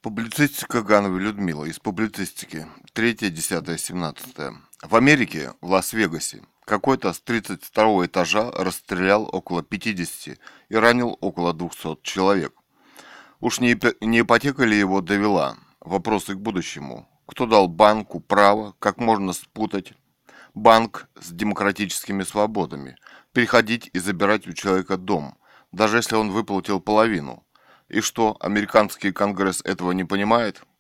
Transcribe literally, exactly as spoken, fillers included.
Публицистика Гановой Людмилы из публицистики. третье, десятое, семнадцатое. В Америке, в Лас-Вегасе, какой-то с тридцать второго этажа расстрелял около пятидесяти и ранил около двухсот человек. Уж не, ипо- не ипотека ли его довела? Вопросы к будущему. Кто дал банку право, как можно спутать банк с демократическими свободами, приходить и забирать у человека дом, даже если он выплатил половину? И что, американский конгресс этого не понимает?